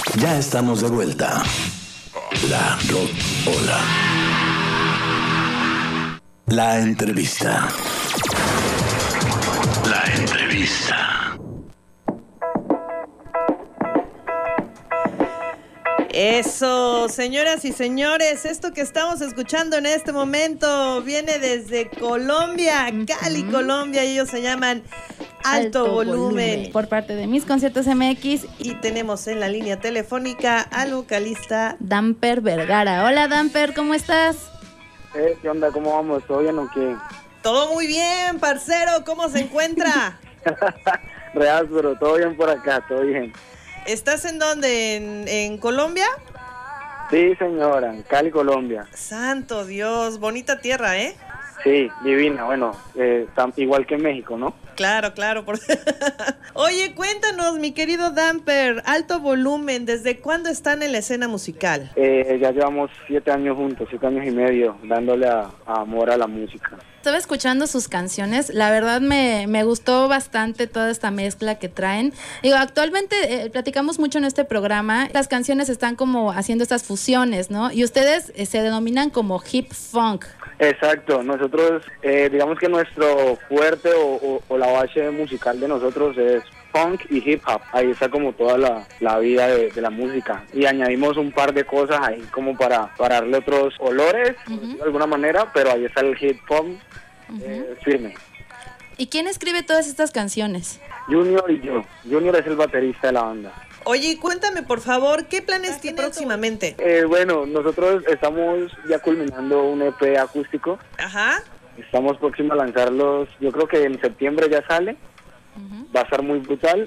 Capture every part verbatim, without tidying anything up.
Ya estamos de vuelta. La Rock Ola. La entrevista. La entrevista. Eso, señoras y señores, esto que estamos escuchando en este momento viene desde Colombia, Cali, uh-huh. Colombia, y ellos se llaman Alto, Alto volumen. volumen. Por parte de Mis Conciertos M X. Y tenemos en la línea telefónica al vocalista Damper Vergara. Hola Damper, ¿cómo estás? Eh, ¿Qué onda? ¿Cómo vamos? ¿Todo bien o qué? Todo muy bien, parcero, ¿cómo se encuentra? Real, pero todo bien por acá, todo bien. ¿Estás en dónde? ¿En, en Colombia? Sí, señora, en Cali, Colombia. Santo Dios, bonita tierra, ¿eh? Sí, divina, bueno, eh, igual que en México, ¿no? Claro, claro. Por... Oye, cuéntanos, mi querido Damper, Alto Volumen, ¿desde cuándo están en la escena musical? Eh, ya llevamos siete años juntos, siete años y medio, dándole a, a amor a la música. Estaba escuchando sus canciones, la verdad me, me gustó bastante toda esta mezcla que traen. Digo, actualmente eh, platicamos mucho en este programa, las canciones están como haciendo estas fusiones, ¿no? Y ustedes eh, se denominan como hip funk. Exacto, nosotros, eh, digamos que nuestro fuerte o, o, o la base musical de nosotros es funk y hip hop. Ahí está como toda la, la vida de, de la música. Y añadimos un par de cosas ahí como para, para darle otros olores, uh-huh. de alguna manera, pero ahí está el hip hop uh-huh. eh, firme. ¿Y quién escribe todas estas canciones? Junior y yo. Junior es el baterista de la banda. Oye, cuéntame por favor, ¿qué planes tiene próximamente? Eh, bueno, nosotros estamos ya culminando un E P acústico. Ajá. Estamos próximos a lanzarlos, yo creo que en septiembre ya sale. Uh-huh. Va a estar muy brutal.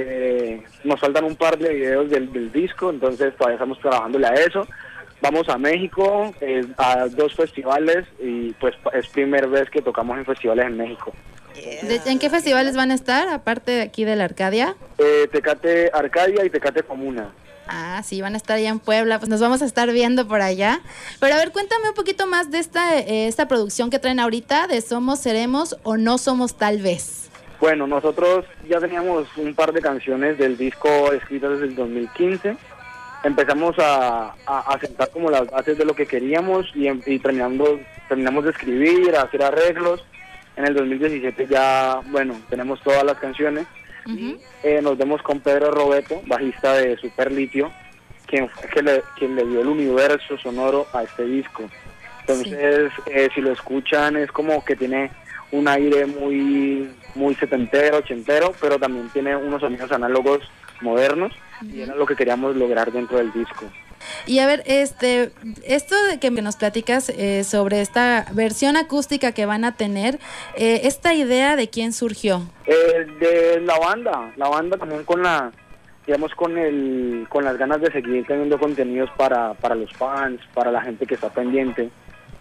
Eh, nos faltan un par de videos del, del disco, entonces todavía estamos trabajándole a eso. Vamos a México, eh, a dos festivales y pues es primera vez que tocamos en festivales en México. Yeah. ¿En qué festivales van a estar, aparte de aquí de la Arcadia? Eh, Tecate Arcadia y Tecate Comuna. Ah, sí, van a estar allá en Puebla, pues nos vamos a estar viendo por allá. Pero a ver, cuéntame un poquito más de esta, eh, esta producción que traen ahorita, de Somos, Seremos o No Somos Tal Vez. Bueno, nosotros ya teníamos un par de canciones del disco escritas desde el dos mil quince. Empezamos a, a, a sentar como las bases de lo que queríamos y, y terminando, terminamos de escribir, a hacer arreglos. En el dos mil diecisiete ya, bueno, tenemos todas las canciones. Uh-huh. Eh, nos vemos con Pedro Robeto, bajista de Super Litio, quien, que le, quien le dio el universo sonoro a este disco. Entonces, sí. eh, si lo escuchan, es como que tiene un aire muy, muy setentero, ochentero, pero también tiene unos sonidos análogos modernos, uh-huh. y era lo que queríamos lograr dentro del disco. Y a ver, este, esto de que nos platicas eh, sobre esta versión acústica que van a tener, eh, ¿esta idea de quién surgió? Eh, de la banda, la banda también con la, digamos, con el, con las ganas de seguir teniendo contenidos para, para los fans, para la gente que está pendiente,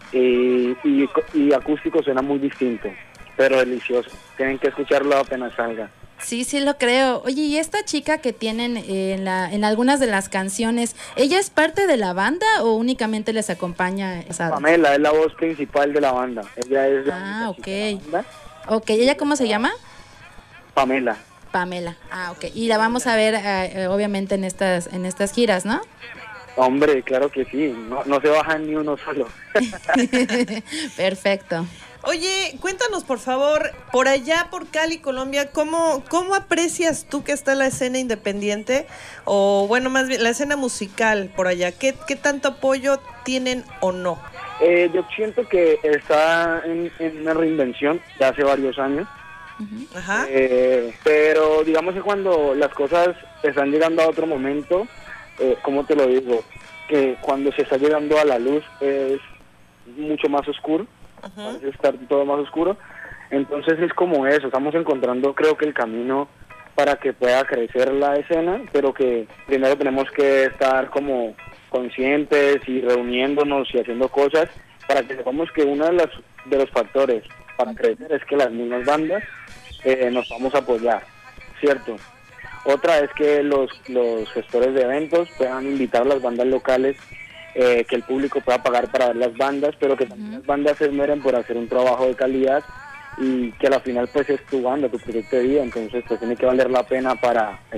eh, y, y acústico suena muy distinto, pero delicioso, tienen que escucharlo apenas salga. Sí, sí lo creo. Oye, ¿y esta chica que tienen en, la, en algunas de las canciones, ella es parte de la banda o únicamente les acompaña? ¿Sabes? Pamela es la voz principal de la banda. Ella es la ah, ok. De la banda. Ok, ¿ella cómo se llama? Pamela. Pamela, ah, ok. Y la vamos a ver eh, obviamente en estas, en estas giras, ¿no? Hombre, claro que sí, no, no se baja ni uno solo. Perfecto. Oye, cuéntanos por favor, por allá por Cali, Colombia, ¿cómo, cómo aprecias tú que está la escena independiente? O bueno, más bien la escena musical por allá, ¿qué, qué tanto apoyo tienen o no? Eh, yo siento que está en, en una reinvención de hace varios años. Uh-huh. Ajá. Eh, pero digamos que cuando las cosas están llegando a otro momento, eh, ¿cómo te lo digo? Que cuando se está llegando a la luz es mucho más oscuro. Uh-huh. Parece estar todo más oscuro, entonces es como eso, estamos encontrando creo que el camino para que pueda crecer la escena, pero que primero tenemos que estar como conscientes y reuniéndonos y haciendo cosas para que sepamos que uno de los, de los factores para crecer es que las mismas bandas eh, nos vamos a apoyar, ¿cierto? Otra es que los, los gestores de eventos puedan invitar a las bandas locales, Eh, que el público pueda pagar para ver las bandas, pero que también uh-huh. las bandas se esmeren por hacer un trabajo de calidad y que al final pues es tu banda, tu proyecto de vida, entonces pues tiene que valer la pena para el,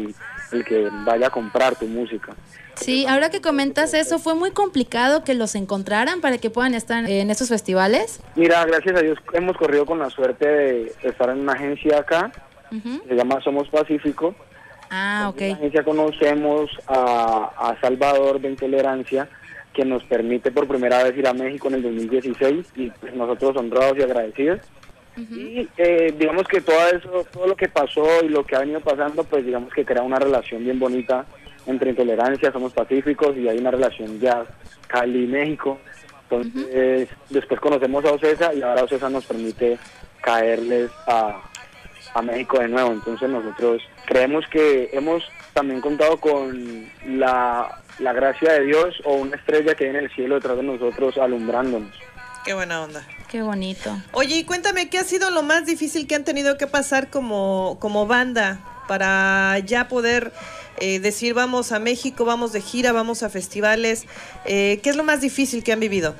el que vaya a comprar tu música. Sí, ahora que comentas eso, ¿fue muy complicado que los encontraran para que puedan estar en esos festivales? Mira, gracias a Dios hemos corrido con la suerte de estar en una agencia acá, uh-huh. se llama Somos Pacífico. Ah, ok. En la agencia conocemos a, a Salvador de Intolerancia, que nos permite por primera vez ir a México en el dos mil dieciséis, y pues nosotros honrados y agradecidos. Uh-huh. Y eh, digamos que todo eso, todo lo que pasó y lo que ha venido pasando, pues digamos que crea una relación bien bonita entre Intolerancia, Somos Pacíficos, y hay una relación ya Cali-México. Entonces, uh-huh. después conocemos a Ocesa, y ahora Ocesa nos permite caerles a, a México de nuevo. Entonces nosotros creemos que hemos también contado con la, la gracia de Dios, o una estrella que viene en el cielo detrás de nosotros alumbrándonos. Qué buena onda. Qué bonito. Oye, y cuéntame, ¿qué ha sido lo más difícil que han tenido que pasar como, como banda para ya poder eh, decir vamos a México, vamos de gira, vamos a festivales? Eh, ¿Qué es lo más difícil que han vivido?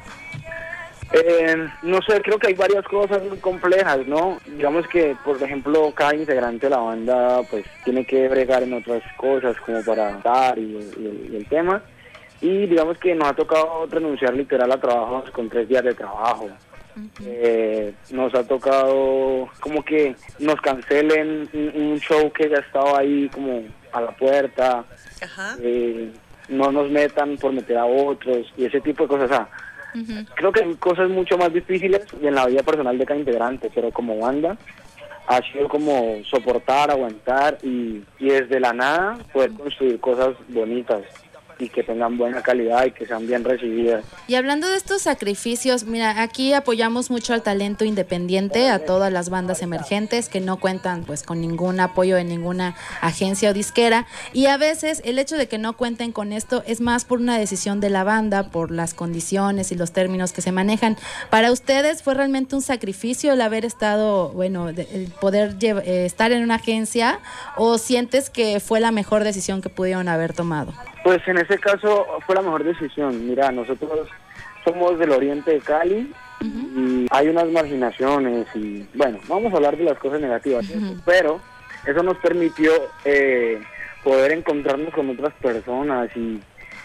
Eh, no sé, creo que hay varias cosas muy complejas, ¿no? Digamos que, por ejemplo, cada integrante de la banda pues tiene que bregar en otras cosas como para dar y, y, y el tema. Y digamos que nos ha tocado renunciar literal a trabajos con tres días de trabajo. Uh-huh. Eh, nos ha tocado como que nos cancelen un, un show que ya estaba ahí como a la puerta. Uh-huh. eh, no nos metan por meter a otros y ese tipo de cosas. O sea, uh-huh. creo que hay cosas mucho más difíciles en la vida personal de cada integrante, pero como banda ha sido como soportar, aguantar y, y desde la nada poder uh-huh. construir cosas bonitas y que tengan buena calidad y que sean bien recibidas. Y hablando de estos sacrificios, mira, aquí apoyamos mucho al talento independiente, a todas las bandas emergentes que no cuentan pues con ningún apoyo de ninguna agencia o disquera, y a veces el hecho de que no cuenten con esto es más por una decisión de la banda, por las condiciones y los términos que se manejan. Para ustedes fue realmente un sacrificio el haber estado, bueno, de, el poder llev- eh, estar en una agencia, o sientes que fue la mejor decisión que pudieron haber tomado? Pues en ese caso fue la mejor decisión. Mira, nosotros somos del oriente de Cali, uh-huh. y hay unas marginaciones y, bueno, vamos a hablar de las cosas negativas, uh-huh. pero eso nos permitió eh, poder encontrarnos con otras personas y,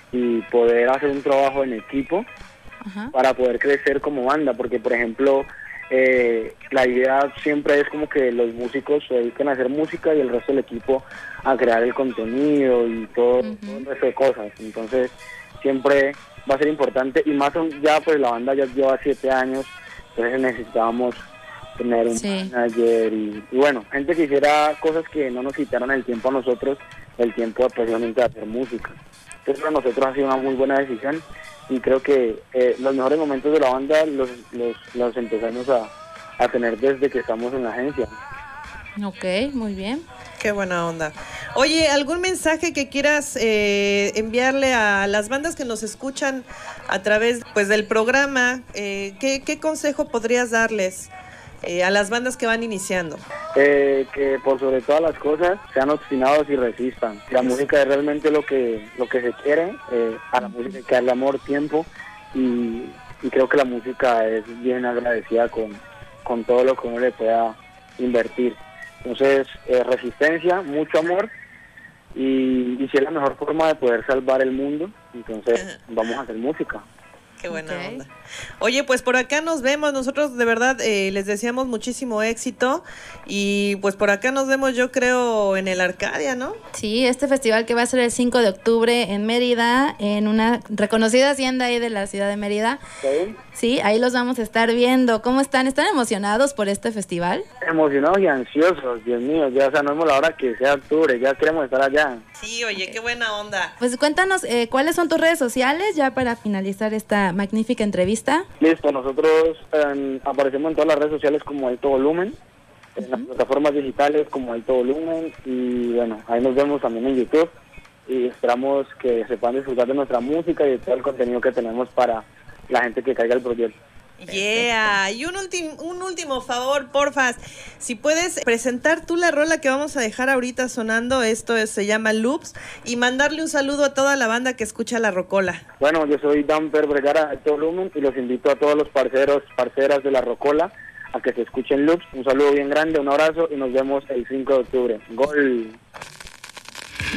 y poder hacer un trabajo en equipo uh-huh. para poder crecer como banda, porque, por ejemplo, eh, la idea siempre es como que los músicos se dediquen a hacer música y el resto del equipo a crear el contenido y todo, uh-huh. todo el resto de cosas. Entonces siempre va a ser importante, y más ya pues la banda ya lleva siete años, entonces necesitábamos tener un sí. manager y, y bueno, gente que hiciera cosas que no nos quitaran el tiempo a nosotros, el tiempo precisamente de hacer música. Entonces para nosotros ha sido una muy buena decisión, y creo que eh, los mejores momentos de la banda los, los, los empezamos a, a tener desde que estamos en la agencia. Ok, muy bien. Qué buena onda. Oye, ¿algún mensaje que quieras eh, enviarle a las bandas que nos escuchan a través pues del programa? Eh, ¿qué, ¿Qué consejo podrías darles eh, a las bandas que van iniciando? Eh, que por sobre todas las cosas sean obstinados y resistan. La música es realmente lo que lo que se quiere. Eh, a la música hay que darle amor, tiempo, y, y creo que la música es bien agradecida con, con todo lo que uno le pueda invertir. Entonces, eh, resistencia, mucho amor, y, y si es la mejor forma de poder salvar el mundo, entonces vamos a hacer música. Qué buena okay. onda. Oye, pues por acá nos vemos. Nosotros de verdad eh, les deseamos muchísimo éxito, y pues por acá nos vemos, yo creo, en el Arcadia, ¿no? Sí, este festival que va a ser el cinco de octubre en Mérida, en una reconocida hacienda ahí de la ciudad de Mérida. Sí. Sí, ahí los vamos a estar viendo. ¿Cómo están? ¿Están emocionados por este festival? Emocionados y ansiosos, Dios mío. Ya sabemos la hora que sea octubre, ya queremos estar allá. Sí, oye, qué buena onda. Pues cuéntanos, eh, ¿cuáles son tus redes sociales ya para finalizar esta magnífica entrevista? Listo, nosotros eh, aparecemos en todas las redes sociales como Alto Volumen, en uh-huh. las plataformas digitales como Alto Volumen, y bueno, ahí nos vemos también en YouTube, y esperamos que se puedan disfrutar de nuestra música y de todo el contenido que tenemos para la gente que caiga al proyecto. Yeah, y un último un último favor, porfa, si puedes presentar tú la rola que vamos a dejar ahorita sonando, esto es, se llama Loops, y mandarle un saludo a toda la banda que escucha La Rocola. Bueno, yo soy Damper Vergara de Alto Volumen, y los invito a todos los parceros, parceras de La Rocola a que se escuchen Loops. Un saludo bien grande, un abrazo, y nos vemos el cinco de octubre. Gol.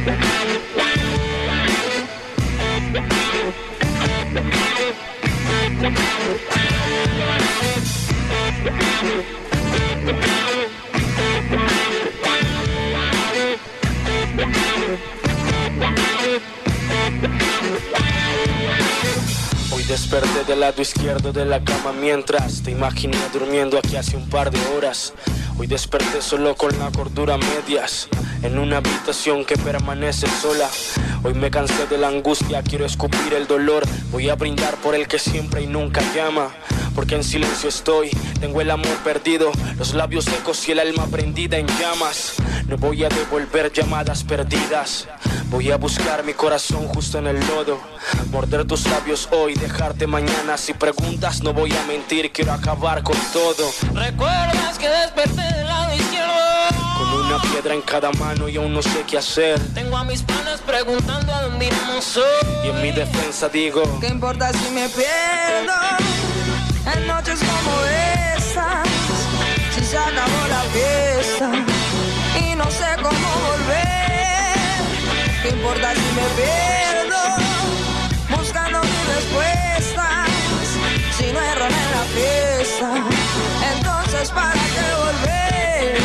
Hoy desperté del lado izquierdo de la cama mientras te imaginé durmiendo aquí hace un par de horas. Hoy desperté solo con la cordura a medias, en una habitación que permanece sola. Hoy me cansé de la angustia, quiero escupir el dolor. Voy a brindar por el que siempre y nunca llama, porque en silencio estoy, tengo el amor perdido, los labios secos y el alma prendida en llamas. No voy a devolver llamadas perdidas, voy a buscar mi corazón justo en el lodo. Morder tus labios hoy, dejarte mañana. Si preguntas no voy a mentir, quiero acabar con todo. ¿Recuerdas que desperté del lado izquierdo? Con una piedra en cada mano y aún no sé qué hacer. Tengo a mis panas preguntando a dónde iremos hoy. Y en mi defensa digo, ¿qué importa si me pierdo en noches como estas? Si se acabó la fiesta y no sé cómo volver. ¿Qué importa si me pierdo buscando mis respuestas? Si no erro en la fiesta, entonces ¿para qué volver?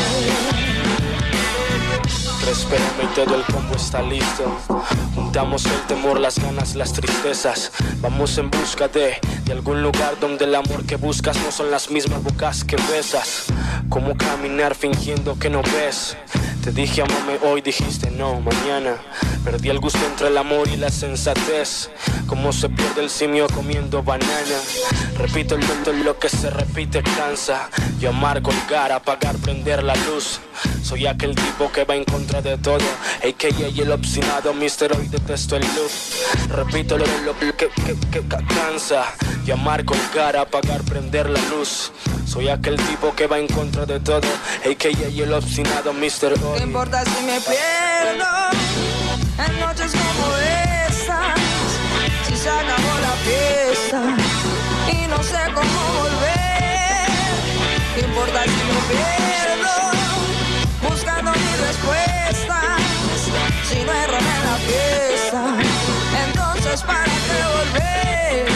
espérame y todo el combo está listo. Juntamos el temor, las ganas, las tristezas. Vamos en busca de, de algún lugar donde el amor que buscas no son las mismas bocas que besas. Cómo caminar fingiendo que no ves. Te dije amame hoy, dijiste no mañana. Perdí el gusto entre el amor y la sensatez. Cómo se pierde el simio comiendo banana. Repito el lento, lo que se repite cansa. Llamar, colgar, apagar, prender la luz. Soy aquel tipo que va en contra de todo, a k a el obstinado mister Hoy detesto el loop. Repito lo, lo que, que, que cansa. Llamar, colgar, apagar, prender la luz. Soy aquel tipo que va en contra de todo, a k a el obstinado mister Hoy. ¿Qué importa si me pierdo en noches como estas? Si se acabó la fiesta y no sé cómo volver. ¿Qué importa si me pierdo buscando mis respuestas? Si no erro en la fiesta, entonces ¿para qué volver?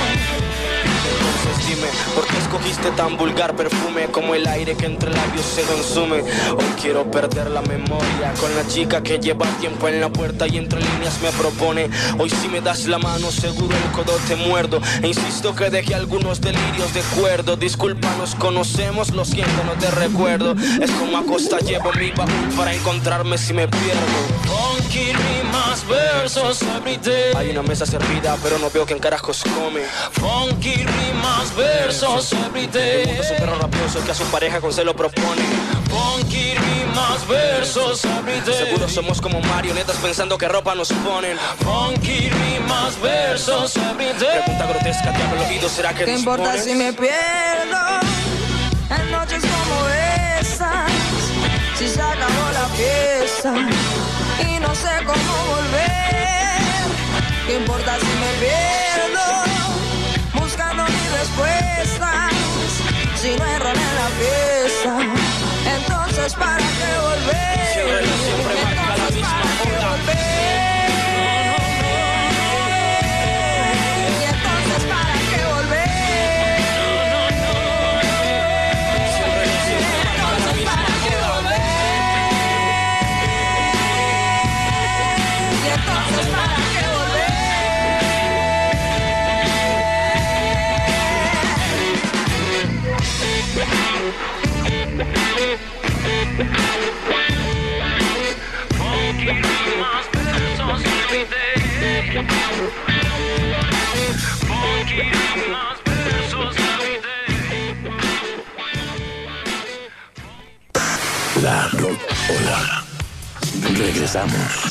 Entonces dime, ¿por qué escogiste tan vulgar perfume? Como el aire que entre labios se consume. Hoy quiero perder la memoria con la chica que lleva tiempo en la puerta y entre líneas me propone. Hoy si me das la mano seguro el codo te muerdo. E insisto que dejé algunos delirios de cuerdo. Disculpa, nos conocemos, lo siento, no te recuerdo. Es como a costa llevo mi baúl para encontrarme si me pierdo. Funky rimas, versos every day. Hay una mesa servida, pero no veo quién carajos come. Funky rimas, versos every day. El mundo es un perro rabioso que a su pareja con celo propone. Funky rimas, versos every day. Seguro somos como marionetas pensando qué ropa nos ponen. Funky rimas, versos every day. Pregunta grotesca, te hablo al oído, ¿será que ¿qué dispones? importa si me pierdo en noches como estas? Si se acabó la fiesta y no sé cómo volver. ¿Qué importa si me pierdo buscando mis respuestas? Si no erro en la fiesta, entonces ¿para qué volver? Siempre, siempre marca la misma volver? Y entonces ¿para qué volver? Siempre, siempre marca la misma ¿Para qué volver? Y entonces ¿para qué volver? Funky rimas, versos every day. Funky rimas, versos every day. La Rocola. Regresamos.